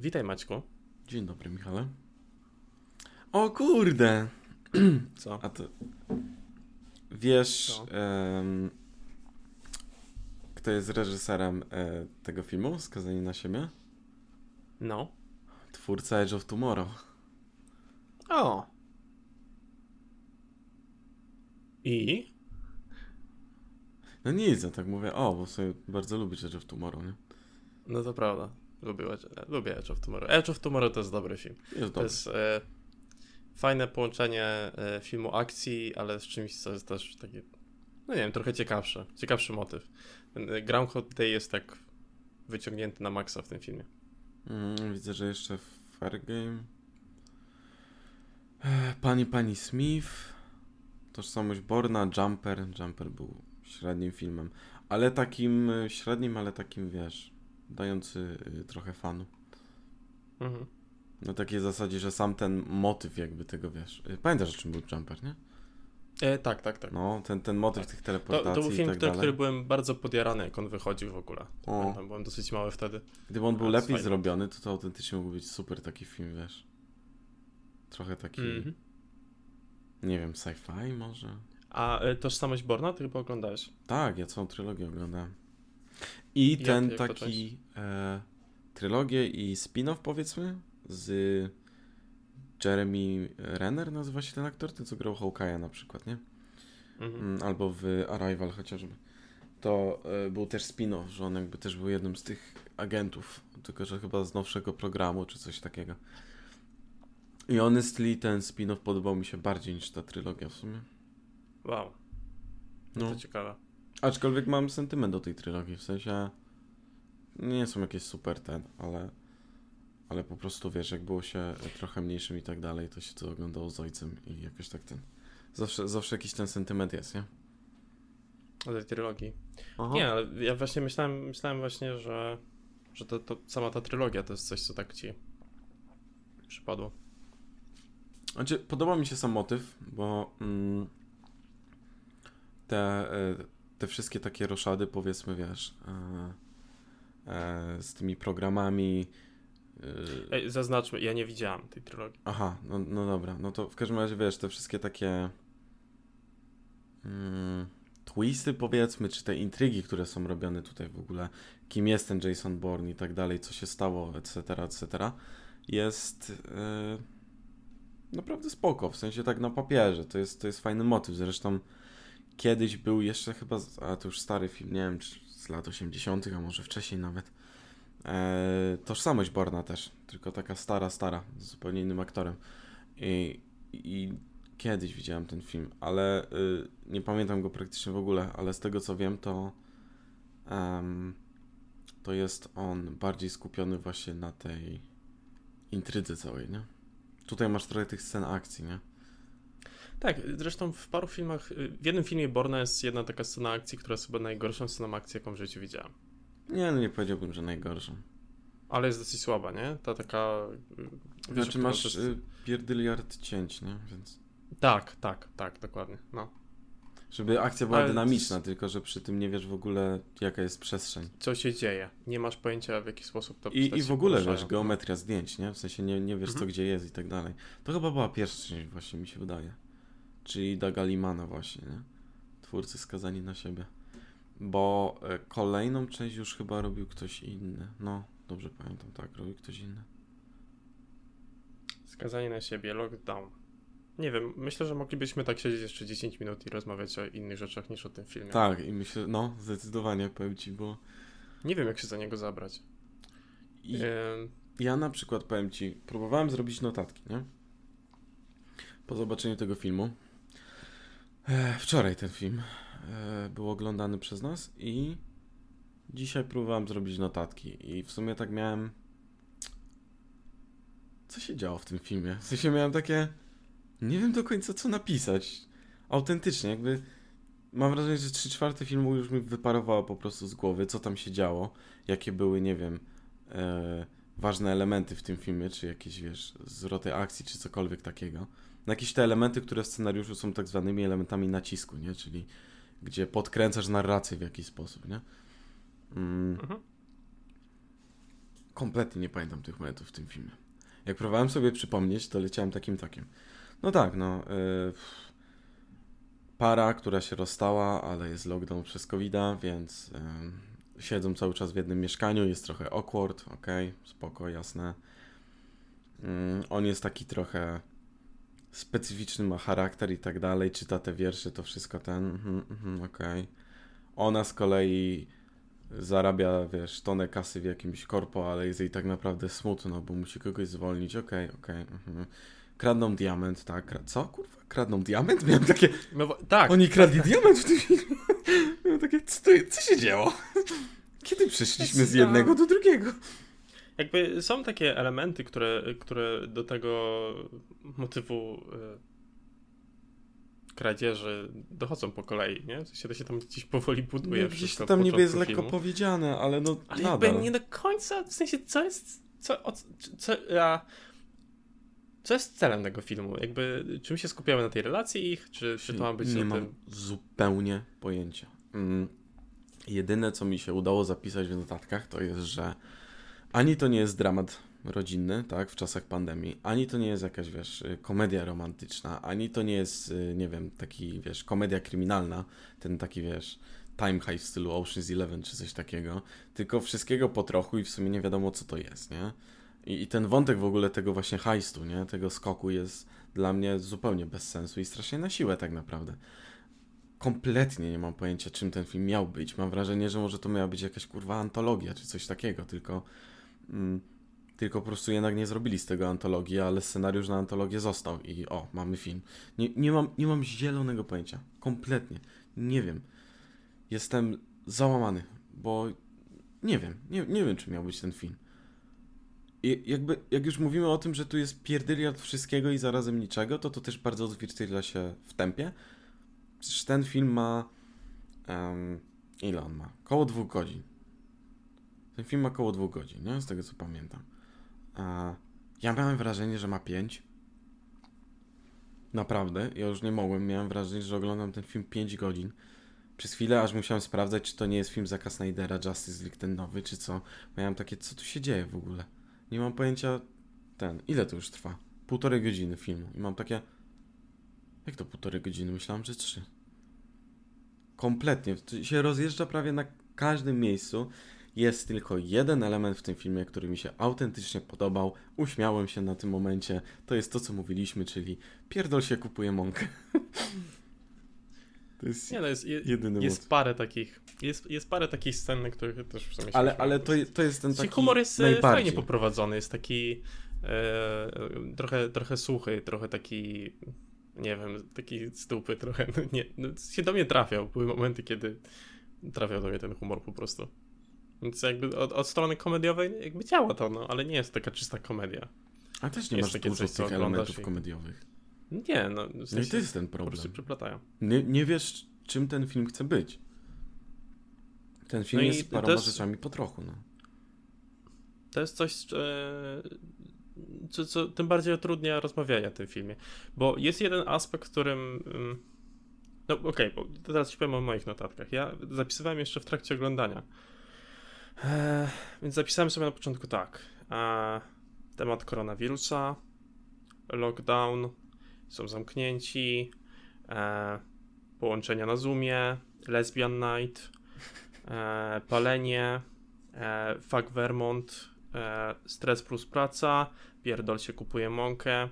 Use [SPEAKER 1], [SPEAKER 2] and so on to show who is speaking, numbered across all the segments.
[SPEAKER 1] Witaj, Maćku.
[SPEAKER 2] Dzień dobry, Michale. O kurde!
[SPEAKER 1] Co?
[SPEAKER 2] A to wiesz,
[SPEAKER 1] Co?
[SPEAKER 2] kto jest reżyserem tego filmu, Skazani na siebie?
[SPEAKER 1] No.
[SPEAKER 2] Twórca Edge of Tomorrow.
[SPEAKER 1] O! I?
[SPEAKER 2] No nic, ja tak mówię, bo sobie bardzo lubię Edge of Tomorrow, nie?
[SPEAKER 1] No to prawda. Lubię Edge of Tomorrow. Edge of Tomorrow to jest dobry film.
[SPEAKER 2] Jest
[SPEAKER 1] To
[SPEAKER 2] dobry.
[SPEAKER 1] jest fajne połączenie filmu akcji, ale z czymś, co jest też taki, no nie wiem, trochę ciekawsze. Ciekawszy motyw. Ten Groundhog Day jest tak wyciągnięty na maksa w tym filmie.
[SPEAKER 2] Widzę, że jeszcze Fair Game. Pani Smith. Tożsamość Borna, Jumper. Jumper był średnim filmem. Ale takim średnim, ale takim, wiesz, dający trochę fanu.
[SPEAKER 1] Mhm.
[SPEAKER 2] Na takiej zasadzie, że sam ten motyw jakby tego, wiesz. Pamiętasz, o czym był Jumper, nie?
[SPEAKER 1] Tak.
[SPEAKER 2] No, ten motyw tych teleportacji
[SPEAKER 1] To był film,
[SPEAKER 2] i tak dalej.
[SPEAKER 1] który byłem bardzo podjarany, jak on wychodził w ogóle.
[SPEAKER 2] O.
[SPEAKER 1] Pamiętam, byłem dosyć mały wtedy.
[SPEAKER 2] Gdyby on był
[SPEAKER 1] Ale
[SPEAKER 2] lepiej
[SPEAKER 1] fajnie.
[SPEAKER 2] zrobiony, to autentycznie mógł być super taki film, wiesz. Trochę taki,
[SPEAKER 1] Mhm.
[SPEAKER 2] nie wiem, sci-fi może?
[SPEAKER 1] A Tożsamość Borna ty chyba oglądałeś?
[SPEAKER 2] Tak, ja całą trylogię oglądałem. I
[SPEAKER 1] Jak-
[SPEAKER 2] ten
[SPEAKER 1] jak to
[SPEAKER 2] taki trylogię i spin-off, powiedzmy, z Jeremy Renner nazywa się ten aktor, ten co grał Hawkeye'a na przykład, nie?
[SPEAKER 1] Mhm.
[SPEAKER 2] Albo w Arrival chociażby. To był też spin-off, że on jakby też był jednym z tych agentów, tylko że chyba z nowszego programu czy coś takiego. I honestly ten spin-off podobał mi się bardziej niż ta trylogia w sumie.
[SPEAKER 1] Wow.
[SPEAKER 2] No.
[SPEAKER 1] To ciekawe.
[SPEAKER 2] Aczkolwiek mam sentyment do tej trylogii, w sensie nie są jakieś super ale po prostu wiesz, jak było się trochę mniejszym i tak dalej, to się to oglądało z ojcem i jakoś tak zawsze jakiś ten sentyment jest, nie?
[SPEAKER 1] O tej trylogii.
[SPEAKER 2] Aha.
[SPEAKER 1] Nie, ale ja właśnie myślałem właśnie, że to sama ta trylogia to jest coś, co tak ci przypadło.
[SPEAKER 2] Znaczy, podoba mi się sam motyw, bo te wszystkie takie roszady, powiedzmy, wiesz, z tymi programami.
[SPEAKER 1] Ej, zaznaczmy, ja nie widziałem tej trylogii.
[SPEAKER 2] Aha, no dobra, no to w każdym razie, wiesz, te wszystkie takie twisty, powiedzmy, czy te intrygi, które są robione tutaj w ogóle, kim jest ten Jason Bourne i tak dalej, co się stało, etc., jest naprawdę spoko, w sensie tak na papierze, to jest fajny motyw, zresztą kiedyś był jeszcze chyba, a to już stary film, nie wiem, czy z lat 80., a może wcześniej nawet, Tożsamość Borna też, tylko taka stara, z zupełnie innym aktorem. I kiedyś widziałem ten film, ale nie pamiętam go praktycznie w ogóle, ale z tego co wiem, to jest on bardziej skupiony właśnie na tej intrydze całej, nie? Tutaj masz trochę tych scen akcji, nie?
[SPEAKER 1] Tak, zresztą w paru filmach, w jednym filmie Borna jest jedna taka scena akcji, która jest chyba najgorszą sceną akcji, jaką w życiu widziałem.
[SPEAKER 2] Nie, no nie powiedziałbym, że najgorszą.
[SPEAKER 1] Ale jest dosyć słaba, nie? Ta taka... wiesz,
[SPEAKER 2] Znaczy
[SPEAKER 1] o
[SPEAKER 2] masz
[SPEAKER 1] którą to jest-
[SPEAKER 2] pierdyliard cięć, nie? Więc...
[SPEAKER 1] Tak, dokładnie, no.
[SPEAKER 2] Żeby akcja była
[SPEAKER 1] Ale
[SPEAKER 2] dynamiczna, tylko że przy tym nie wiesz w ogóle jaka jest przestrzeń.
[SPEAKER 1] Co się dzieje? Nie masz pojęcia, w jaki sposób to
[SPEAKER 2] I w
[SPEAKER 1] się
[SPEAKER 2] ogóle
[SPEAKER 1] poruszają.
[SPEAKER 2] wiesz, geometria zdjęć, nie? W sensie nie wiesz co
[SPEAKER 1] Mhm.
[SPEAKER 2] gdzie jest i tak dalej. To chyba była pierwsza część właśnie, mi się wydaje. Czyli Daga Limana właśnie, nie? Twórcy Skazani na siebie. Bo kolejną część już chyba robił ktoś inny. No, dobrze pamiętam, tak, robił ktoś inny.
[SPEAKER 1] Skazanie na siebie, lockdown. Nie wiem, myślę, że moglibyśmy tak siedzieć jeszcze 10 minut i rozmawiać o innych rzeczach niż o tym filmie.
[SPEAKER 2] Tak, i myślę, no, zdecydowanie powiem ci, bo
[SPEAKER 1] Nie wiem, jak się za niego zabrać.
[SPEAKER 2] i
[SPEAKER 1] Ym,
[SPEAKER 2] ja na przykład powiem ci, próbowałem zrobić notatki, nie? Po zobaczeniu tego filmu. Wczoraj ten film był oglądany przez nas i dzisiaj próbowałem zrobić notatki i w sumie tak miałem... Co się działo w tym filmie? W sensie miałem takie... Nie wiem do końca co napisać. Autentycznie, jakby... Mam wrażenie, że 3/4 filmu już mi wyparowało po prostu z głowy, co tam się działo, jakie były, nie wiem, ważne elementy w tym filmie, czy jakieś, wiesz, zwroty akcji, czy cokolwiek takiego. No jakieś te elementy, które w scenariuszu są tak zwanymi elementami nacisku, nie? Czyli gdzie podkręcasz narrację w jakiś sposób, nie?
[SPEAKER 1] mhm.
[SPEAKER 2] kompletnie nie pamiętam tych momentów w tym filmie. Jak próbowałem sobie przypomnieć, to leciałem takim tokiem. No tak, para, która się rozstała, ale jest lockdown przez COVID-a, więc siedzą cały czas w jednym mieszkaniu, jest trochę awkward, okej, spoko, jasne. On jest taki trochę specyficzny, ma charakter i tak dalej, czyta te wiersze, to wszystko okej. Ona z kolei zarabia, wiesz, tonę kasy w jakimś korpo, ale jest jej tak naprawdę smutno, bo musi kogoś zwolnić, okej. Kradną diament, tak. Co, kurwa? Kradną diament? Miałem takie...
[SPEAKER 1] No, tak.
[SPEAKER 2] Oni kradli diament w tym filmie. Miałem takie, co się działo? Kiedy przeszliśmy z jednego do drugiego?
[SPEAKER 1] Jakby są takie elementy, które do tego motywu kradzieży dochodzą po kolei, nie? W sensie to się tam gdzieś powoli buduje.
[SPEAKER 2] No, gdzieś to tam niby jest lekko
[SPEAKER 1] filmu.
[SPEAKER 2] powiedziane, ale no
[SPEAKER 1] ale
[SPEAKER 2] nadal.
[SPEAKER 1] jakby nie do końca, w sensie co jest celem tego filmu? Jakby czym się skupiamy na tej relacji ich, czy to ma być
[SPEAKER 2] nie
[SPEAKER 1] na
[SPEAKER 2] mam
[SPEAKER 1] tym...
[SPEAKER 2] zupełnie pojęcia. Jedyne, co mi się udało zapisać w notatkach, to jest, że ani to nie jest dramat rodzinny, tak, w czasach pandemii, ani to nie jest jakaś, wiesz, komedia romantyczna, ani to nie jest, nie wiem, taki, wiesz, komedia kryminalna, ten taki, wiesz, time heist w stylu Ocean's 11 czy coś takiego, tylko wszystkiego po trochu i w sumie nie wiadomo, co to jest, nie? I ten wątek w ogóle tego właśnie heistu, nie? Tego skoku jest dla mnie zupełnie bez sensu i strasznie na siłę tak naprawdę. Kompletnie nie mam pojęcia, czym ten film miał być. Mam wrażenie, że może to miała być jakaś kurwa antologia czy coś takiego, tylko po prostu jednak nie zrobili z tego antologii, ale scenariusz na antologię został i mamy film. Nie mam zielonego pojęcia. Kompletnie. Nie wiem. Jestem załamany, bo nie wiem, czym miał być ten film. I jakby, jak już mówimy o tym, że tu jest pierdyliard wszystkiego i zarazem niczego, to też bardzo odzwierciedla się w tempie. Przecież ten film ma... ile on ma? Koło 2 godzin. Ten film ma koło 2 godzin, nie? Z tego co pamiętam. Ja miałem wrażenie, że ma 5. Naprawdę. Ja już nie mogłem. Miałem wrażenie, że oglądam ten film 5 godzin. Przez chwilę aż musiałem sprawdzać, czy to nie jest film Zacka Snydera, Justice League ten nowy, czy co. Miałem takie, co tu się dzieje w ogóle? Nie mam pojęcia... Ile to już trwa? 1,5 godziny filmu. I mam takie... Jak to 1,5 godziny? Myślałem, że 3. Kompletnie. To się rozjeżdża prawie na każdym miejscu. Jest tylko jeden element w tym filmie, który mi się autentycznie podobał. Uśmiałem się na tym momencie. To jest to, co mówiliśmy, czyli pierdol się, kupuje mąkę. To jest, jedyny
[SPEAKER 1] jest parę takich jest parę takich scen, na których też w sumie się
[SPEAKER 2] ale to jest ten taki
[SPEAKER 1] humor jest
[SPEAKER 2] najbardziej
[SPEAKER 1] fajnie poprowadzony, jest taki trochę suchy, trochę taki, nie wiem, taki stupy trochę, się do mnie trafiał. Były momenty, kiedy trafiał do mnie ten humor po prostu. Więc jakby od strony komediowej jakby działa to, ale nie jest taka czysta komedia.
[SPEAKER 2] A też nie masz dużo tych elementów komediowych.
[SPEAKER 1] Nie, w sensie
[SPEAKER 2] no i to jest ten problem.
[SPEAKER 1] Po prostu przyplatają.
[SPEAKER 2] Nie wiesz, czym ten film chce być. Ten film jest paroma rzeczami po trochu,
[SPEAKER 1] To jest coś, co tym bardziej utrudnia rozmawianie o tym filmie. Bo jest jeden aspekt, w którym... bo teraz ci powiem o moich notatkach. Ja zapisywałem jeszcze w trakcie oglądania. Więc zapisałem sobie na początku tak. Temat koronawirusa, lockdown, są zamknięci, połączenia na Zoomie, lesbian night, palenie, fuck Vermont, stres plus praca, pierdol się, kupuje mąkę,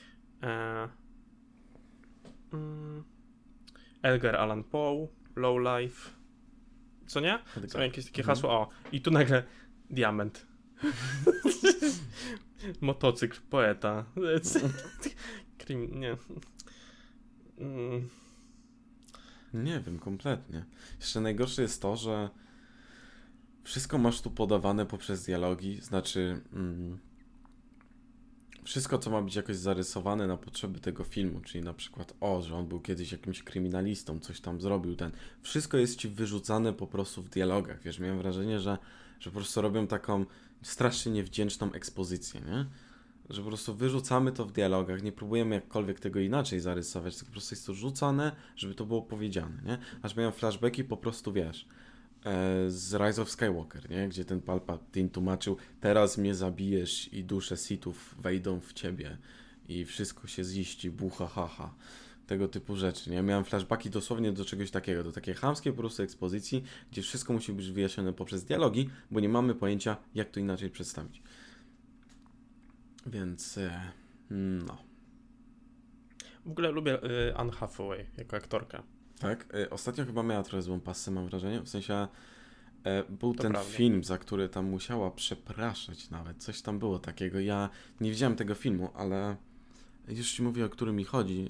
[SPEAKER 1] Edgar Allan Poe, low life, co nie? Są jakieś takie hasła, i tu nagle diament. Motocykl, poeta. Nie.
[SPEAKER 2] Nie wiem, kompletnie. Jeszcze najgorsze jest to, że wszystko masz tu podawane poprzez dialogi, znaczy wszystko, co ma być jakoś zarysowane na potrzeby tego filmu, czyli na przykład, że on był kiedyś jakimś kryminalistą, coś tam zrobił, wszystko jest ci wyrzucane po prostu w dialogach, wiesz, miałem wrażenie, że po prostu robią taką strasznie niewdzięczną ekspozycję, nie? Że po prostu wyrzucamy to w dialogach, nie próbujemy jakkolwiek tego inaczej zarysować, tylko po prostu jest to rzucane, żeby to było powiedziane, nie? Aż miałem flashbacki po prostu, wiesz, z Rise of Skywalker, nie? Gdzie ten Palpatine tłumaczył, teraz mnie zabijesz i dusze Sithów wejdą w ciebie i wszystko się ziści, bucha, haha. Tego typu rzeczy, nie? Miałem flashbacki dosłownie do czegoś takiego, do takiej chamskiej po prostu ekspozycji, gdzie wszystko musi być wyjaśnione poprzez dialogi, bo nie mamy pojęcia, jak to inaczej przedstawić. Więc, no.
[SPEAKER 1] W ogóle lubię Anne Hathaway jako aktorkę.
[SPEAKER 2] Tak? Ostatnio chyba miała trochę złą passę, mam wrażenie. W sensie był
[SPEAKER 1] To
[SPEAKER 2] ten
[SPEAKER 1] prawda.
[SPEAKER 2] film, za który tam musiała przepraszać nawet. Coś tam było takiego. Ja nie widziałem tego filmu, ale już ci mówię, o który mi chodzi.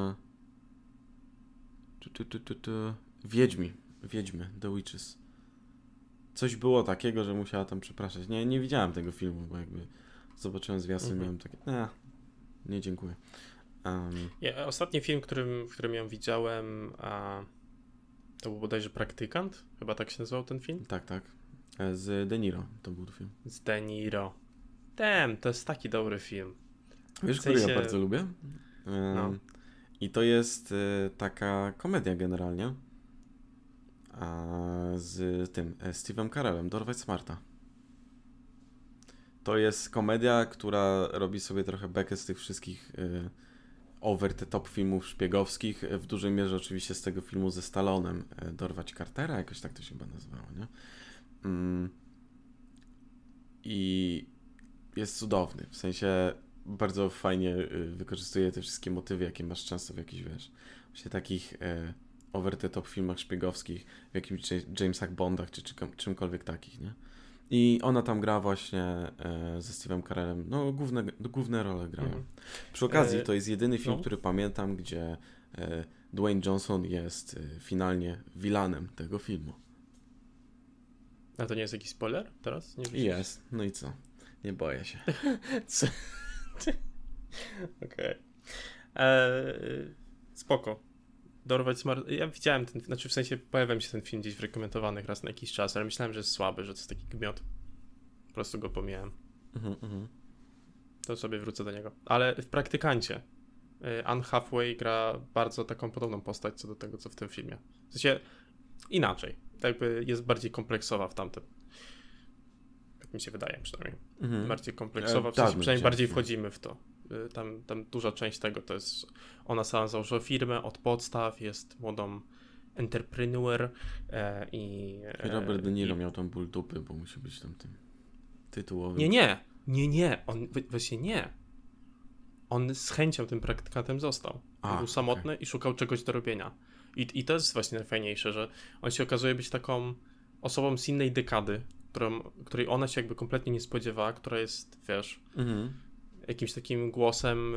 [SPEAKER 2] Wiedźmy, The Witches. Coś było takiego, że musiała tam przepraszać. Nie widziałem tego filmu, bo jakby zobaczyłem zwiastun i miałem takie, nie dziękuję.
[SPEAKER 1] Ostatni film, w którym ją widziałem, to był bodajże Praktykant? Chyba tak się nazywał ten film?
[SPEAKER 2] Tak. Z De Niro to był film.
[SPEAKER 1] Z De Niro. To jest taki dobry film.
[SPEAKER 2] Wiesz,
[SPEAKER 1] W sensie-
[SPEAKER 2] który ja bardzo lubię?
[SPEAKER 1] No.
[SPEAKER 2] I to jest taka komedia generalnie z tym Steve'em Carellem, Dorwać Smarta. To jest komedia, która robi sobie trochę bekę z tych wszystkich over the top filmów szpiegowskich, w dużej mierze oczywiście z tego filmu ze Stallonem, Dorwać Cartera, jakoś tak to się chyba nazywało, nie? I jest cudowny, w sensie bardzo fajnie wykorzystuje te wszystkie motywy, jakie masz często w jakichś, wiesz, właśnie takich over the top filmach szpiegowskich, w jakimś Jamesach Bondach, czy czymkolwiek takich, nie? I ona tam gra właśnie ze Steve'em Carellem, no główne role grają.
[SPEAKER 1] Mhm.
[SPEAKER 2] Przy okazji to jest jedyny film,
[SPEAKER 1] no.
[SPEAKER 2] który pamiętam, gdzie Dwayne Johnson jest finalnie vilanem tego filmu.
[SPEAKER 1] A to nie jest jakiś spoiler teraz? Nie
[SPEAKER 2] I jest, no i co? Nie boję się.
[SPEAKER 1] Co? Okej. Spoko. Dorwać Smart. Ja widziałem ten, znaczy w sensie pojawiał mi się ten film gdzieś w rekomendowanych raz na jakiś czas, ale myślałem, że jest słaby, że to jest taki gmiot. Po prostu go pomijałem. To sobie wrócę do niego. Ale w Praktykancie Anne Hathaway gra bardzo taką podobną postać co do tego, co w tym filmie. W sensie inaczej. Tak jakby jest bardziej kompleksowa w tamtym. Tak mi się wydaje przynajmniej. Bardziej kompleksowa, w sensie przynajmniej bardziej wchodzimy w to. Tam duża część tego to jest, ona sama założyła firmę od podstaw, jest młodą entrepreneur
[SPEAKER 2] I Robert De Niro miał tam ból dupy, bo musi być tam tym tytułowym.
[SPEAKER 1] Nie, on właśnie nie. On z chęcią tym praktykantem został. On był samotny i szukał czegoś do robienia. I to jest właśnie najfajniejsze, że on się okazuje być taką osobą z innej dekady, której ona się jakby kompletnie nie spodziewała, która jest, wiesz, jakimś takim głosem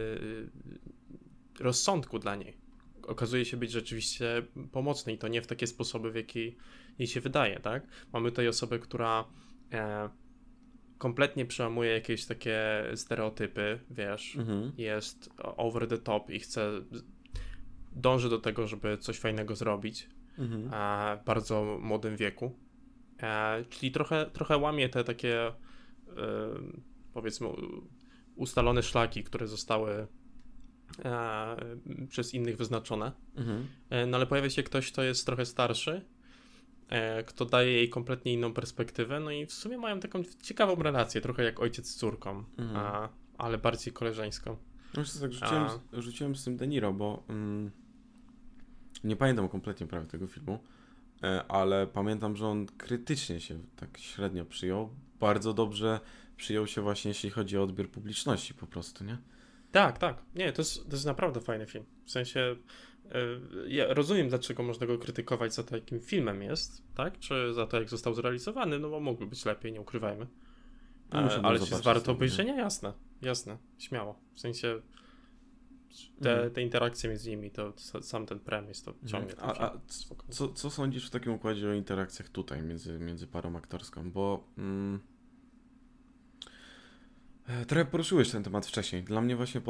[SPEAKER 1] rozsądku dla niej. Okazuje się być rzeczywiście pomocny i to nie w takie sposoby, w jakiej jej się wydaje, tak? Mamy tutaj osobę, która kompletnie przełamuje jakieś takie stereotypy, wiesz, jest over the top i dąży do tego, żeby coś fajnego zrobić w bardzo młodym wieku. Czyli trochę łamie te takie powiedzmy ustalone szlaki, które zostały przez innych wyznaczone. No ale pojawia się ktoś, kto jest trochę starszy, kto daje jej kompletnie inną perspektywę, no i w sumie mają taką ciekawą relację, trochę jak ojciec z córką, ale bardziej koleżeńską.
[SPEAKER 2] No już tak rzuciłem z tym De Niro, bo nie pamiętam kompletnie prawie tego filmu, ale pamiętam, że on krytycznie się tak średnio przyjął. Bardzo dobrze przyjął się właśnie, jeśli chodzi o odbiór publiczności po prostu, nie?
[SPEAKER 1] Tak. Nie, to jest naprawdę fajny film. W sensie ja rozumiem, dlaczego można go krytykować za to, jakim filmem jest, tak? Czy za to, jak został zrealizowany, no bo mógłby być lepiej, nie ukrywajmy. Ale czy jest warto obejrzenia? Jasne, śmiało. W sensie te interakcje między nimi, to sam ten premis to ciągnie.
[SPEAKER 2] A co sądzisz w takim układzie o interakcjach tutaj między parą aktorską? Bo trochę poruszyłeś ten temat wcześniej. Dla mnie właśnie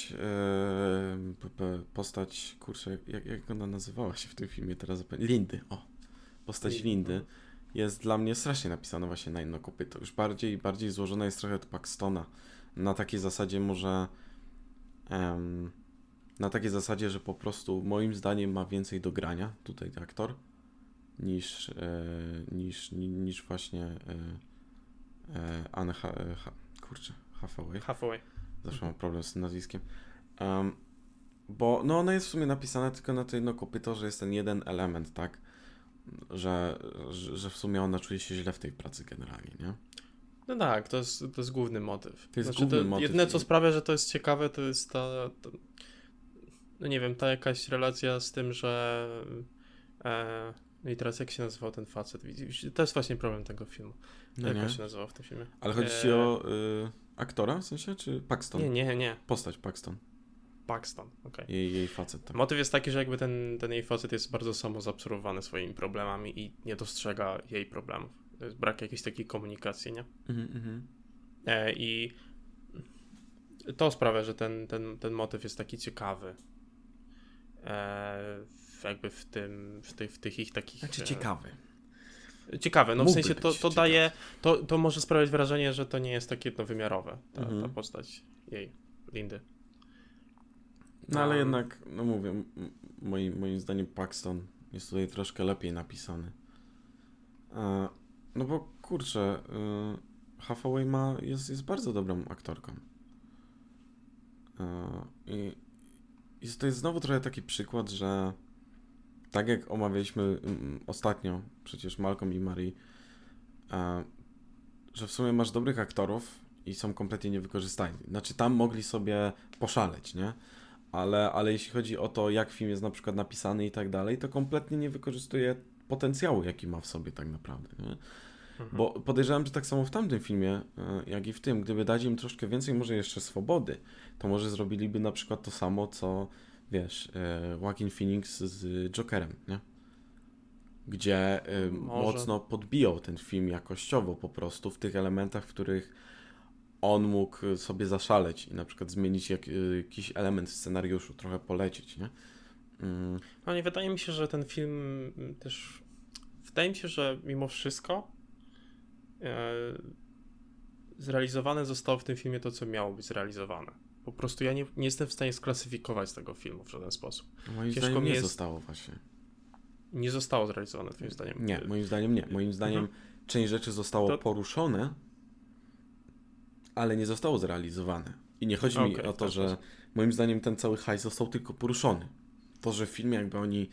[SPEAKER 2] kurczę, jak ona nazywała się w tym filmie teraz? Lindy, postać Lindy jest dla mnie strasznie napisana właśnie na inno kopyto. Już bardziej złożona jest trochę od Paxtona. Na takiej zasadzie może na takiej zasadzie, że po prostu moim zdaniem ma więcej do grania tutaj aktor niż właśnie Anne Hathaway.
[SPEAKER 1] Hathaway.
[SPEAKER 2] Zawsze mam problem z tym nazwiskiem. Bo no ona jest w sumie napisana tylko na to jedno kopyto, że jest ten jeden element, tak? Że w sumie ona czuje się źle w tej pracy generalnie, nie?
[SPEAKER 1] No tak, to jest główny motyw.
[SPEAKER 2] To jest główny motyw.
[SPEAKER 1] Jedyne, co sprawia, że to jest ciekawe, to jest no nie wiem, ta jakaś relacja z tym, że no i teraz jak się nazywał ten facet? To jest właśnie problem tego filmu.
[SPEAKER 2] No
[SPEAKER 1] Jak
[SPEAKER 2] nie.
[SPEAKER 1] on się nazywał w tym filmie?
[SPEAKER 2] Ale chodzi ci o aktora w sensie, czy Paxton?
[SPEAKER 1] Nie.
[SPEAKER 2] Postać Paxton.
[SPEAKER 1] Paxton, okej.
[SPEAKER 2] Jej facet. Tak.
[SPEAKER 1] Motyw jest taki, że jakby ten jej facet jest bardzo samozabsorbowany swoimi problemami i nie dostrzega jej problemów. To jest brak jakiejś takiej komunikacji, nie? I to sprawia, że ten motyw jest taki ciekawy. Jakby w tych ich takich...
[SPEAKER 2] Znaczy ciekawy.
[SPEAKER 1] Ciekawe, no w
[SPEAKER 2] Mógłby
[SPEAKER 1] sensie
[SPEAKER 2] być
[SPEAKER 1] to daje, to może sprawiać wrażenie, że to nie jest takie jednowymiarowe, ta postać jej, Lindy.
[SPEAKER 2] No ale jednak, no mówię, moim zdaniem Paxton jest tutaj troszkę lepiej napisany. No bo kurczę, Hathaway jest bardzo dobrą aktorką. I to jest znowu trochę taki przykład, że tak jak omawialiśmy ostatnio, przecież Malcolm i Marie, że w sumie masz dobrych aktorów i są kompletnie niewykorzystani. Znaczy tam mogli sobie poszaleć, nie? Ale jeśli chodzi o to, jak film jest na przykład napisany i tak dalej, to kompletnie nie wykorzystuje potencjału, jaki ma w sobie tak naprawdę, nie? Bo podejrzewam, że tak samo w tamtym filmie, jak i w tym, gdyby dać im troszkę więcej może jeszcze swobody, to może zrobiliby na przykład to samo, co wiesz, Joaquin Phoenix z Jokerem, nie? Gdzie mocno podbijał ten film jakościowo po prostu w tych elementach, w których on mógł sobie zaszaleć i na przykład zmienić jakiś element w scenariuszu, trochę polecieć, nie?
[SPEAKER 1] No nie wydaje mi się, że ten film też... Wydaje mi się, że mimo wszystko zrealizowane zostało w tym filmie to, co miało być zrealizowane. Po prostu ja nie jestem w stanie sklasyfikować tego filmu w żaden sposób.
[SPEAKER 2] Moim zdaniem nie zostało właśnie.
[SPEAKER 1] Nie zostało zrealizowane, twoim zdaniem?
[SPEAKER 2] Nie, moim zdaniem nie. Moim zdaniem część rzeczy zostało poruszone, ale nie zostało zrealizowane. I nie chodzi mi o to, że moim zdaniem ten cały hajs został tylko poruszony. To, że w filmie jakby oni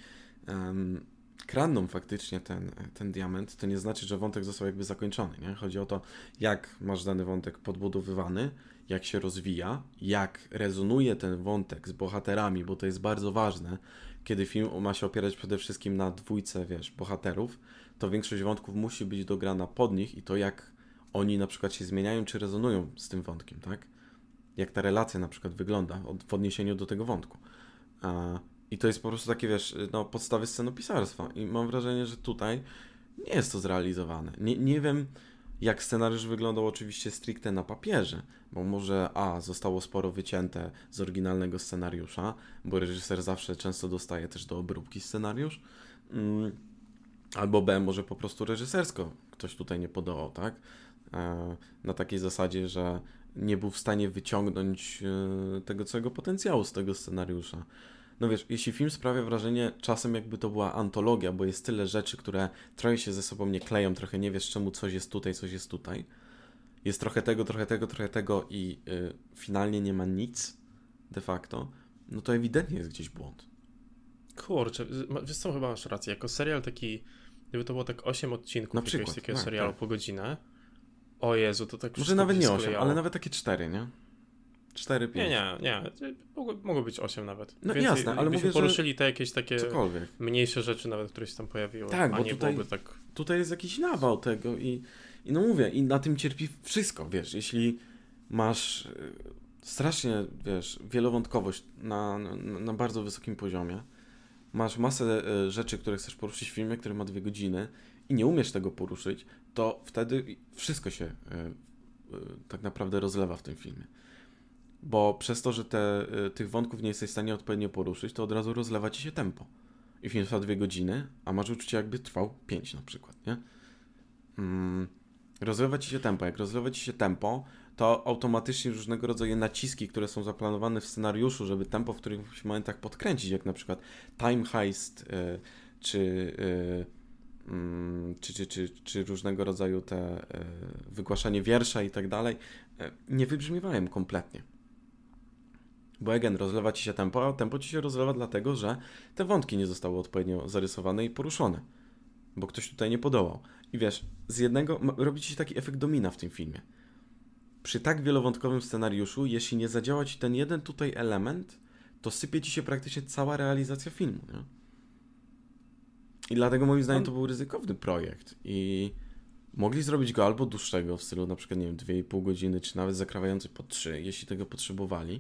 [SPEAKER 2] kradną faktycznie ten diament, to nie znaczy, że wątek został jakby zakończony, nie? Chodzi o to, jak masz dany wątek podbudowywany, jak się rozwija, jak rezonuje ten wątek z bohaterami, bo to jest bardzo ważne. Kiedy film ma się opierać przede wszystkim na dwójce, wiesz, bohaterów, to większość wątków musi być dograna pod nich i to jak oni na przykład się zmieniają, czy rezonują z tym wątkiem, tak? Jak ta relacja na przykład wygląda w odniesieniu do tego wątku. I to jest po prostu takie, wiesz, no, podstawy scenopisarstwa. I mam wrażenie, że tutaj nie jest to zrealizowane. Nie wiem, jak scenariusz wyglądał oczywiście stricte na papierze, bo może zostało sporo wycięte z oryginalnego scenariusza, bo reżyser zawsze często dostaje też do obróbki scenariusz, albo B, może po prostu reżysersko ktoś tutaj nie podołał, tak? Na takiej zasadzie, że nie był w stanie wyciągnąć tego całego potencjału z tego scenariusza. No wiesz, jeśli film sprawia wrażenie czasem jakby to była antologia, bo jest tyle rzeczy, które trochę się ze sobą nie kleją, trochę nie wiesz czemu coś jest tutaj, jest trochę tego i finalnie nie ma nic de facto, no to ewidentnie jest gdzieś błąd.
[SPEAKER 1] Kurczę, wiesz co, chyba masz rację, jako serial taki, gdyby to było tak 8 odcinków
[SPEAKER 2] na przykład,
[SPEAKER 1] jakiegoś takiego
[SPEAKER 2] tak,
[SPEAKER 1] serialu po godzinę, o Jezu, to tak
[SPEAKER 2] może nawet nie 8, ale nawet takie 4, nie? 4, 5.
[SPEAKER 1] Nie. Mogło być 8 nawet.
[SPEAKER 2] No
[SPEAKER 1] więcej,
[SPEAKER 2] jasne, ale mówię,
[SPEAKER 1] poruszyli te jakieś takie
[SPEAKER 2] cokolwiek.
[SPEAKER 1] mniejsze rzeczy nawet, które się tam pojawiły.
[SPEAKER 2] Tak,
[SPEAKER 1] a
[SPEAKER 2] bo
[SPEAKER 1] nie
[SPEAKER 2] tutaj,
[SPEAKER 1] byłoby tak...
[SPEAKER 2] tutaj jest jakiś nawał tego i no mówię, i na tym cierpi wszystko, wiesz, jeśli masz strasznie, wiesz, wielowątkowość na bardzo wysokim poziomie, masz masę rzeczy, które chcesz poruszyć w filmie, który ma 2 godziny i nie umiesz tego poruszyć, to wtedy wszystko się tak naprawdę rozlewa w tym filmie. Bo przez to, że tych wątków nie jesteś w stanie odpowiednio poruszyć, to od razu rozlewa ci się tempo. I film trwa 2 godziny, a masz uczucie jakby trwał 5 na przykład, nie? Rozlewa ci się tempo. Jak rozlewa ci się tempo, to automatycznie różnego rodzaju naciski, które są zaplanowane w scenariuszu, żeby tempo w których momentach podkręcić, jak na przykład time heist, czy czy różnego rodzaju te wygłaszanie wiersza i tak dalej, nie wybrzmiewają kompletnie. Bo again, rozlewa ci się tempo, a tempo ci się rozlewa dlatego, że te wątki nie zostały odpowiednio zarysowane i poruszone. Bo ktoś tutaj nie podołał. I wiesz, z jednego robi ci się taki efekt domina w tym filmie. Przy tak wielowątkowym scenariuszu, jeśli nie zadziała ci ten jeden tutaj element, to sypie ci się praktycznie cała realizacja filmu, nie? I dlatego moim zdaniem to był ryzykowny projekt. I mogli zrobić go albo dłuższego, w stylu na przykład, nie wiem, 2,5 godziny, czy nawet zakrawający po 3, jeśli tego potrzebowali.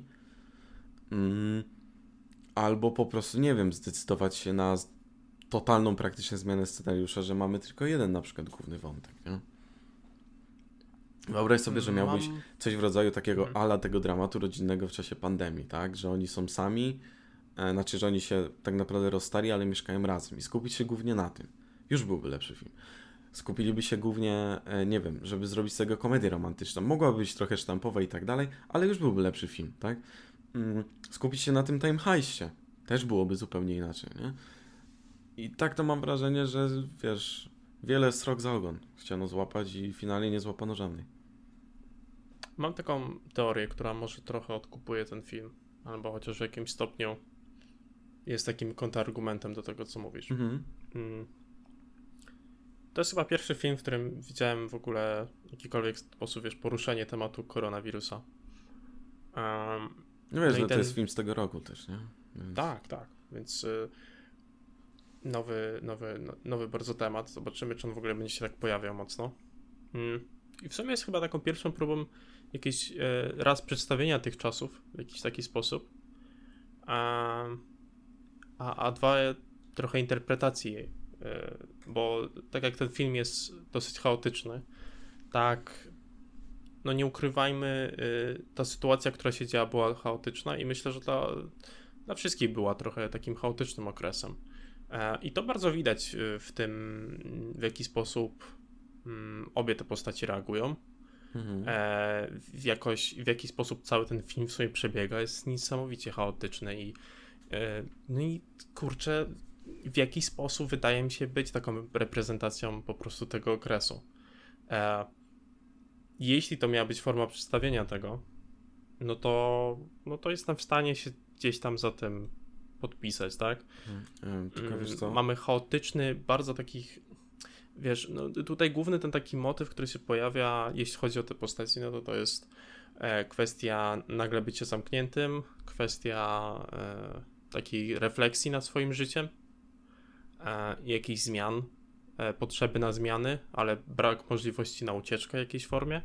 [SPEAKER 2] Albo po prostu, nie wiem, zdecydować się na totalną praktycznie zmianę scenariusza, że mamy tylko jeden na przykład główny wątek, nie? Wyobraź sobie, że miałbyś coś w rodzaju takiego ala tego dramatu rodzinnego w czasie pandemii, tak? Że oni są sami, znaczy, że oni się tak naprawdę rozstali, ale mieszkają razem i skupić się głównie na tym. Już byłby lepszy film. Skupiliby się głównie, nie wiem, żeby zrobić z tego komedię romantyczną. Mogłaby być trochę sztampowa i tak dalej, ale już byłby lepszy film, tak? Skupić się na tym time heistie. Też byłoby zupełnie inaczej, nie? I tak to mam wrażenie, że wiesz, wiele srok za ogon chciano złapać i finalnie nie złapano żadnej.
[SPEAKER 1] Mam taką teorię, która może trochę odkupuje ten film, albo chociaż w jakimś stopniu jest takim kontrargumentem do tego, co mówisz. To jest chyba pierwszy film, w którym widziałem w ogóle w jakikolwiek sposób, wiesz, poruszenie tematu koronawirusa.
[SPEAKER 2] No wiesz, że to jest film z tego roku też, nie?
[SPEAKER 1] Więc... Tak. Więc nowy bardzo temat. Zobaczymy, czy on w ogóle będzie się tak pojawiał mocno. I w sumie jest chyba taką pierwszą próbą jakiejś raz przedstawienia tych czasów w jakiś taki sposób, a dwa trochę interpretacji jej, bo tak jak ten film jest dosyć chaotyczny, tak, no nie ukrywajmy, ta sytuacja, która się działa, była chaotyczna i myślę, że dla wszystkich była trochę takim chaotycznym okresem. I to bardzo widać w tym, w jaki sposób obie te postaci reagują. W jaki sposób cały ten film w sumie przebiega, jest niesamowicie chaotyczny no i kurczę, w jaki sposób wydaje mi się być taką reprezentacją po prostu tego okresu. Jeśli to miała być forma przedstawienia tego, no to jestem w stanie się gdzieś tam za tym podpisać, tak?
[SPEAKER 2] Tylko wiesz co?
[SPEAKER 1] Mamy chaotyczny, bardzo takich, wiesz, no tutaj główny ten taki motyw, który się pojawia, jeśli chodzi o te postaci, no to jest kwestia nagle bycia zamkniętym, kwestia takiej refleksji nad swoim życiem, jakichś zmian, potrzeby na zmiany, ale brak możliwości na ucieczkę w jakiejś formie.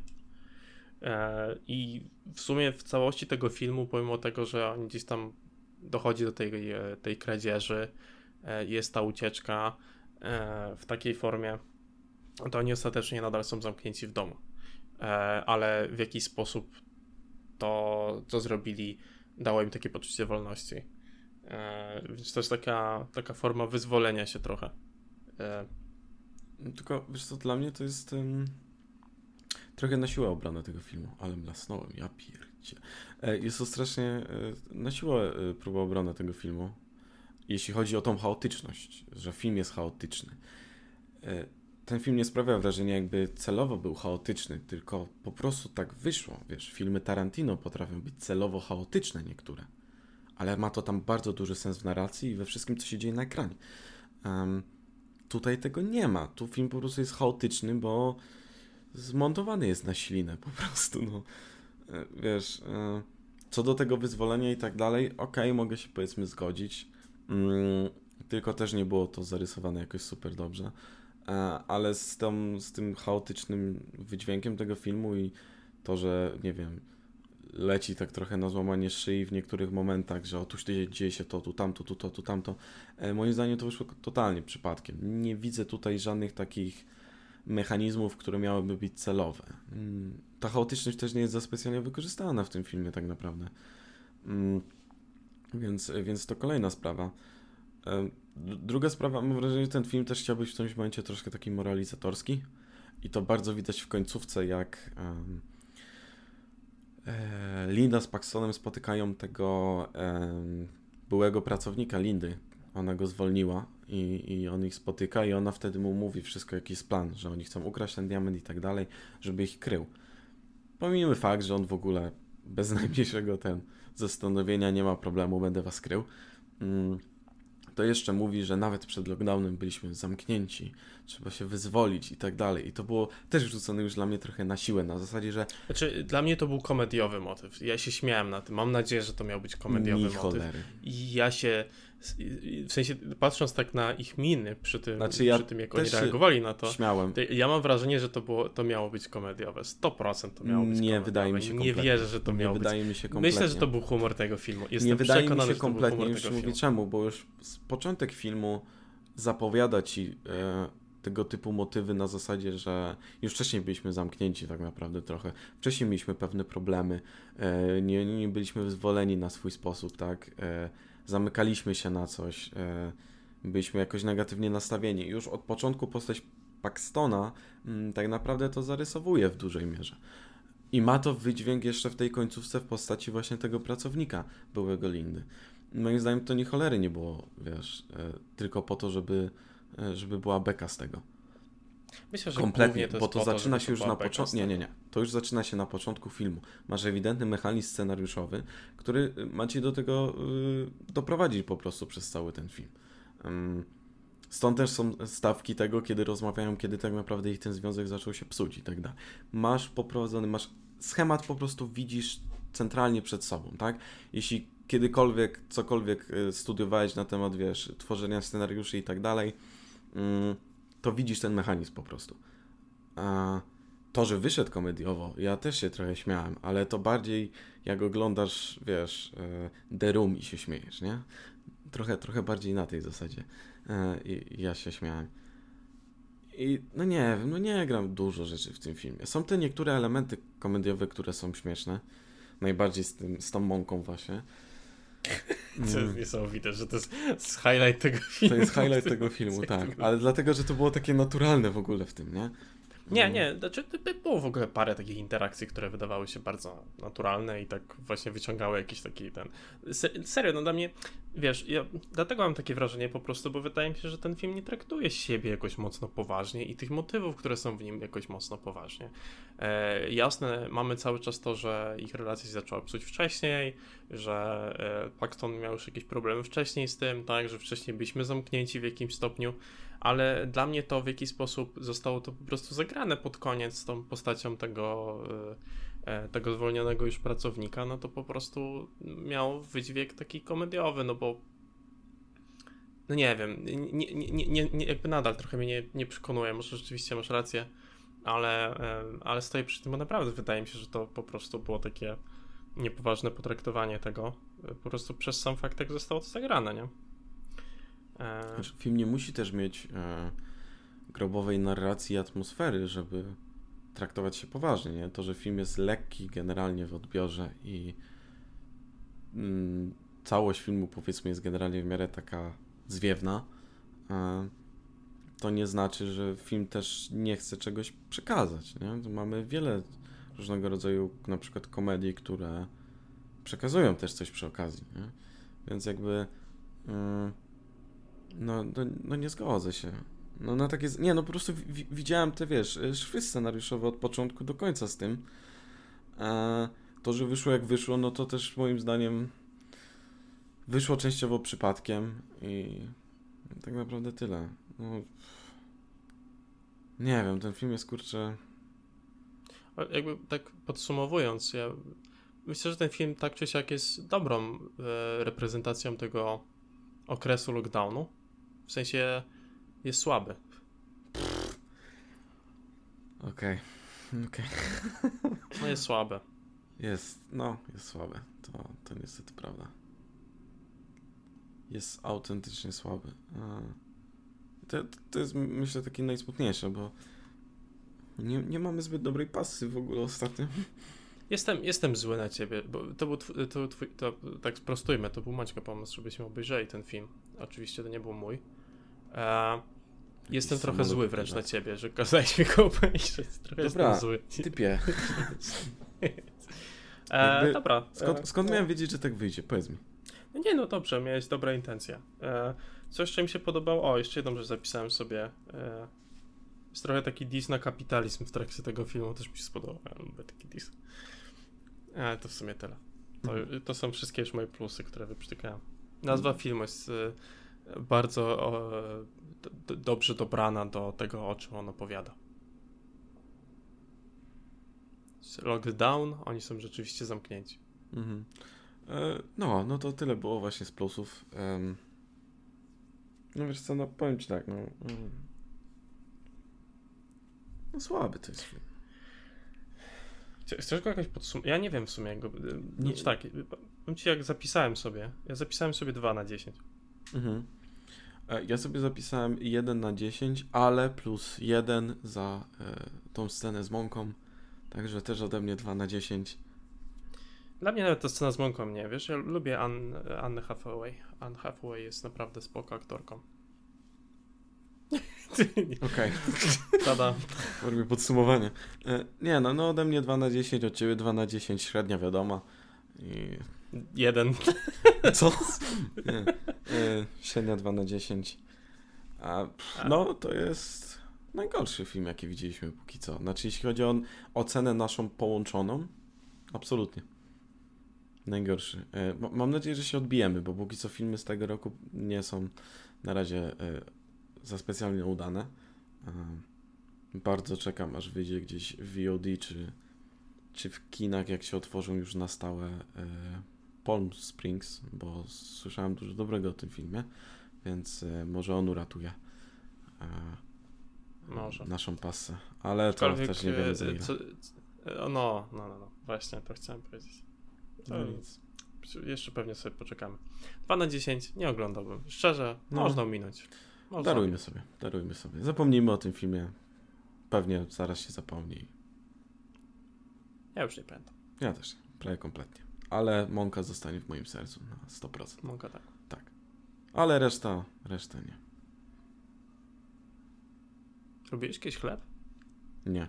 [SPEAKER 1] I w sumie w całości tego filmu, pomimo tego, że oni gdzieś tam dochodzi do tej kradzieży, jest ta ucieczka w takiej formie, to oni ostatecznie nadal są zamknięci w domu. Ale w jakiś sposób to, co zrobili, dało im takie poczucie wolności. Więc to jest taka forma wyzwolenia się trochę.
[SPEAKER 2] Tylko, wiesz co, dla mnie to jest trochę na siłę obrana tego filmu, ale mlasnąłem, ja pierdzie. Jest to strasznie na siłę próba obrony tego filmu, jeśli chodzi o tą chaotyczność, że film jest chaotyczny. Ten film nie sprawia wrażenia, jakby celowo był chaotyczny, tylko po prostu tak wyszło. Wiesz, filmy Tarantino potrafią być celowo chaotyczne niektóre, ale ma to tam bardzo duży sens w narracji i we wszystkim, co się dzieje na ekranie. Tutaj tego nie ma. Tu film po prostu jest chaotyczny, bo zmontowany jest na ślinę po prostu, no. Wiesz, co do tego wyzwolenia i tak dalej, okej, mogę się powiedzmy zgodzić, tylko też nie było to zarysowane jakoś super dobrze, ale z tym chaotycznym wydźwiękiem tego filmu i to, że nie wiem, leci tak trochę na złamanie szyi w niektórych momentach, że otóż dzieje się to, tu tamto, tu tamto, moim zdaniem to wyszło totalnie przypadkiem. Nie widzę tutaj żadnych takich mechanizmów, które miałyby być celowe. Ta chaotyczność też nie jest za specjalnie wykorzystana w tym filmie tak naprawdę. Więc to kolejna sprawa. Druga sprawa, mam wrażenie, że ten film też chciał być w którymś momencie troszkę taki moralizatorski i to bardzo widać w końcówce, jak Linda z Paxsonem spotykają tego byłego pracownika Lindy, Ona go zwolniła i on ich spotyka i ona wtedy mu mówi wszystko, jaki jest plan, że oni chcą ukraść ten diament i tak dalej, żeby ich krył. Pomijmy fakt, że on w ogóle bez najmniejszego zastanowienia nie ma problemu, będę was krył. To jeszcze mówi, że nawet przed lockdownem byliśmy zamknięci, trzeba się wyzwolić i tak dalej. I to było też wrzucone już dla mnie trochę na siłę, na zasadzie, że...
[SPEAKER 1] Znaczy, dla mnie to był komediowy motyw. Ja się śmiałem na tym. Mam nadzieję, że to miał być komediowy motyw.
[SPEAKER 2] Cholery.
[SPEAKER 1] I ja się... W sensie, patrząc tak na ich miny przy tym,
[SPEAKER 2] Znaczy, ja
[SPEAKER 1] przy tym jak oni
[SPEAKER 2] też
[SPEAKER 1] reagowali na to,
[SPEAKER 2] śmiałem.
[SPEAKER 1] ja mam wrażenie, że to miało być komediowe. 100% to miało być komediowe.
[SPEAKER 2] Nie wydaje mi się kompletnie.
[SPEAKER 1] Nie wierzę, że to miało być.
[SPEAKER 2] Nie wydaje mi się kompletnie.
[SPEAKER 1] Myślę, że to był humor tego filmu. Jestem
[SPEAKER 2] nie wydaje mi
[SPEAKER 1] przekonany,
[SPEAKER 2] się
[SPEAKER 1] że to był
[SPEAKER 2] kompletnie,
[SPEAKER 1] humor
[SPEAKER 2] już
[SPEAKER 1] tego
[SPEAKER 2] mówię
[SPEAKER 1] filmu.
[SPEAKER 2] czemu, bo już początek filmu zapowiada ci tego typu motywy na zasadzie, że już wcześniej byliśmy zamknięci tak naprawdę trochę. Wcześniej mieliśmy pewne problemy, nie byliśmy wyzwoleni na swój sposób, tak? Zamykaliśmy się na coś, byliśmy jakoś negatywnie nastawieni. Już od początku postać Paxtona tak naprawdę to zarysowuje w dużej mierze. I ma to wydźwięk jeszcze w tej końcówce w postaci właśnie tego pracownika byłego Lindy. Moim zdaniem to ni cholery nie było, wiesz, tylko po to, żeby była beka z tego.
[SPEAKER 1] Myślę, że
[SPEAKER 2] kompletnie,
[SPEAKER 1] to
[SPEAKER 2] bo to zaczyna się już na
[SPEAKER 1] początku.
[SPEAKER 2] Nie. To już zaczyna się na początku filmu. Masz ewidentny mechanizm scenariuszowy, który ma ci do tego doprowadzić po prostu przez cały ten film. Stąd też są stawki tego, kiedy rozmawiają, kiedy tak naprawdę ich ten związek zaczął się psuć i tak dalej. Masz schemat po prostu widzisz centralnie przed sobą, tak? Jeśli kiedykolwiek, cokolwiek studiowałeś na temat, wiesz, tworzenia scenariuszy i tak dalej, to widzisz ten mechanizm po prostu. A to, że wyszedł komediowo, ja też się trochę śmiałem, ale to bardziej jak oglądasz, wiesz, The Room i się śmiejesz, nie? Trochę bardziej na tej zasadzie. I ja się śmiałem. I no nie wiem, nie gram dużo rzeczy w tym filmie. Są te niektóre elementy komediowe, które są śmieszne. Najbardziej z tą mąką właśnie.
[SPEAKER 1] To jest niesamowite, że to jest highlight tego filmu.
[SPEAKER 2] To jest highlight tego filmu, tak. Ale dlatego, że to było takie naturalne w ogóle w tym, nie?
[SPEAKER 1] Nie, znaczy było w ogóle parę takich interakcji, które wydawały się bardzo naturalne i tak właśnie wyciągały jakiś taki serio, no dla mnie, wiesz, ja dlatego mam takie wrażenie po prostu, bo wydaje mi się, że ten film nie traktuje siebie jakoś mocno poważnie i tych motywów, które są w nim jakoś mocno poważnie. Jasne, mamy cały czas to, że ich relacja się zaczęła psuć wcześniej, że Paxton miał już jakieś problemy wcześniej z tym, tak, że wcześniej byliśmy zamknięci w jakimś stopniu, ale dla mnie to w jakiś sposób zostało to po prostu zagrane pod koniec z tą postacią tego zwolnionego już pracownika, no to po prostu miał wydźwięk taki komediowy, no bo no nie wiem, nie, jakby nadal trochę mnie nie przekonuje, może rzeczywiście masz rację, ale stoję przy tym, bo naprawdę wydaje mi się, że to po prostu było takie niepoważne potraktowanie tego, po prostu przez sam fakt, jak zostało to zagrane, nie?
[SPEAKER 2] Film nie musi też mieć grobowej narracji i atmosfery, żeby traktować się poważnie, nie? To, że film jest lekki generalnie w odbiorze i całość filmu, powiedzmy, jest generalnie w miarę taka zwiewna, to nie znaczy, że film też nie chce czegoś przekazać, nie? To mamy wiele różnego rodzaju na przykład komedii, które przekazują też coś przy okazji, nie? Więc jakby no nie zgodzę się. No na takie... Nie, no po prostu widziałem te, wiesz, szwy scenariuszowe od początku do końca z tym. To, że wyszło jak wyszło, no to też moim zdaniem wyszło częściowo przypadkiem i tak naprawdę tyle. No, nie wiem, ten film jest, kurczę...
[SPEAKER 1] Jakby tak podsumowując, ja myślę, że ten film tak czy siak jest dobrą reprezentacją tego okresu lockdownu. W sensie jest słaby.
[SPEAKER 2] Okej.
[SPEAKER 1] No jest słabe.
[SPEAKER 2] Jest słabe. To niestety prawda. Jest autentycznie słaby. To jest, myślę, takie najsmutniejsze, bo nie mamy zbyt dobrej pasy w ogóle ostatnio.
[SPEAKER 1] Jestem zły na ciebie, bo to był tak sprostujmy, to był Maćka pomysł, żebyśmy obejrzeli ten film. Oczywiście to nie był mój. Jestem trochę zły wręcz na ciebie, że kazałeś mi go obejrzeć. Trochę
[SPEAKER 2] dobra,
[SPEAKER 1] jestem zły.
[SPEAKER 2] Typie.
[SPEAKER 1] Dobra.
[SPEAKER 2] Skąd miałem wiedzieć, że tak wyjdzie? Powiedz mi.
[SPEAKER 1] Nie, no dobrze, miałeś dobre intencje. Co jeszcze mi się podobało? O, jeszcze jedną rzecz zapisałem sobie. Jest trochę taki diss na kapitalizm w trakcie tego filmu, też mi się spodobał. Ja lubię taki diss. To w sumie tyle. To są wszystkie już moje plusy, które wyprztykałem. Nazwa filmu jest bardzo dobrze dobrana do tego, o czym on opowiada. Lockdown, oni są rzeczywiście zamknięci.
[SPEAKER 2] Mhm. No to tyle było właśnie z plusów. No wiesz co, no powiem ci tak, no słaby to jest film.
[SPEAKER 1] Chcesz go jakoś podsumować? Ja nie wiem w sumie, jak go...
[SPEAKER 2] Nie.
[SPEAKER 1] Znaczy tak, powiem ci, jak zapisałem sobie. Ja zapisałem sobie 2 na 10.
[SPEAKER 2] Mhm. Ja sobie zapisałem 1 na 10, ale plus 1 za tą scenę z mąką. Także też ode mnie 2 na 10.
[SPEAKER 1] Dla mnie nawet ta scena z mąką nie, wiesz, ja lubię Annę Hathaway. Anne Hathaway jest naprawdę spoko aktorką.
[SPEAKER 2] Okej.
[SPEAKER 1] Tada.
[SPEAKER 2] Robię podsumowanie. Nie no ode mnie 2 na 10, od ciebie 2 na 10, średnia wiadoma. I...
[SPEAKER 1] 1.
[SPEAKER 2] Co? Nie. Średnia 2 na 10. No to jest najgorszy film, jaki widzieliśmy póki co. Znaczy jeśli chodzi o ocenę naszą połączoną, absolutnie. Najgorszy. Mam nadzieję, że się odbijemy, bo póki co filmy z tego roku nie są na razie za specjalnie udane. Bardzo czekam, aż wyjdzie gdzieś w VOD, czy w kinach, jak się otworzą już na stałe Palm Springs, bo słyszałem dużo dobrego o tym filmie, więc może on uratuje
[SPEAKER 1] Może.
[SPEAKER 2] naszą pasę. Ale to też nie wiemy za ile.
[SPEAKER 1] No. Właśnie, to chciałem powiedzieć.
[SPEAKER 2] No nic.
[SPEAKER 1] Jeszcze pewnie sobie poczekamy. 2 na 10 nie oglądałbym. Szczerze,
[SPEAKER 2] No.
[SPEAKER 1] można ominąć.
[SPEAKER 2] Darujmy sobie. Zapomnijmy o tym filmie. Pewnie zaraz się zapomni.
[SPEAKER 1] Ja już nie pamiętam.
[SPEAKER 2] Ja też nie, prawie kompletnie. Ale mąka zostanie w moim sercu na 100%.
[SPEAKER 1] Mąka tak.
[SPEAKER 2] Tak. Ale reszta nie.
[SPEAKER 1] Lubiłeś kiedyś chleb?
[SPEAKER 2] Nie.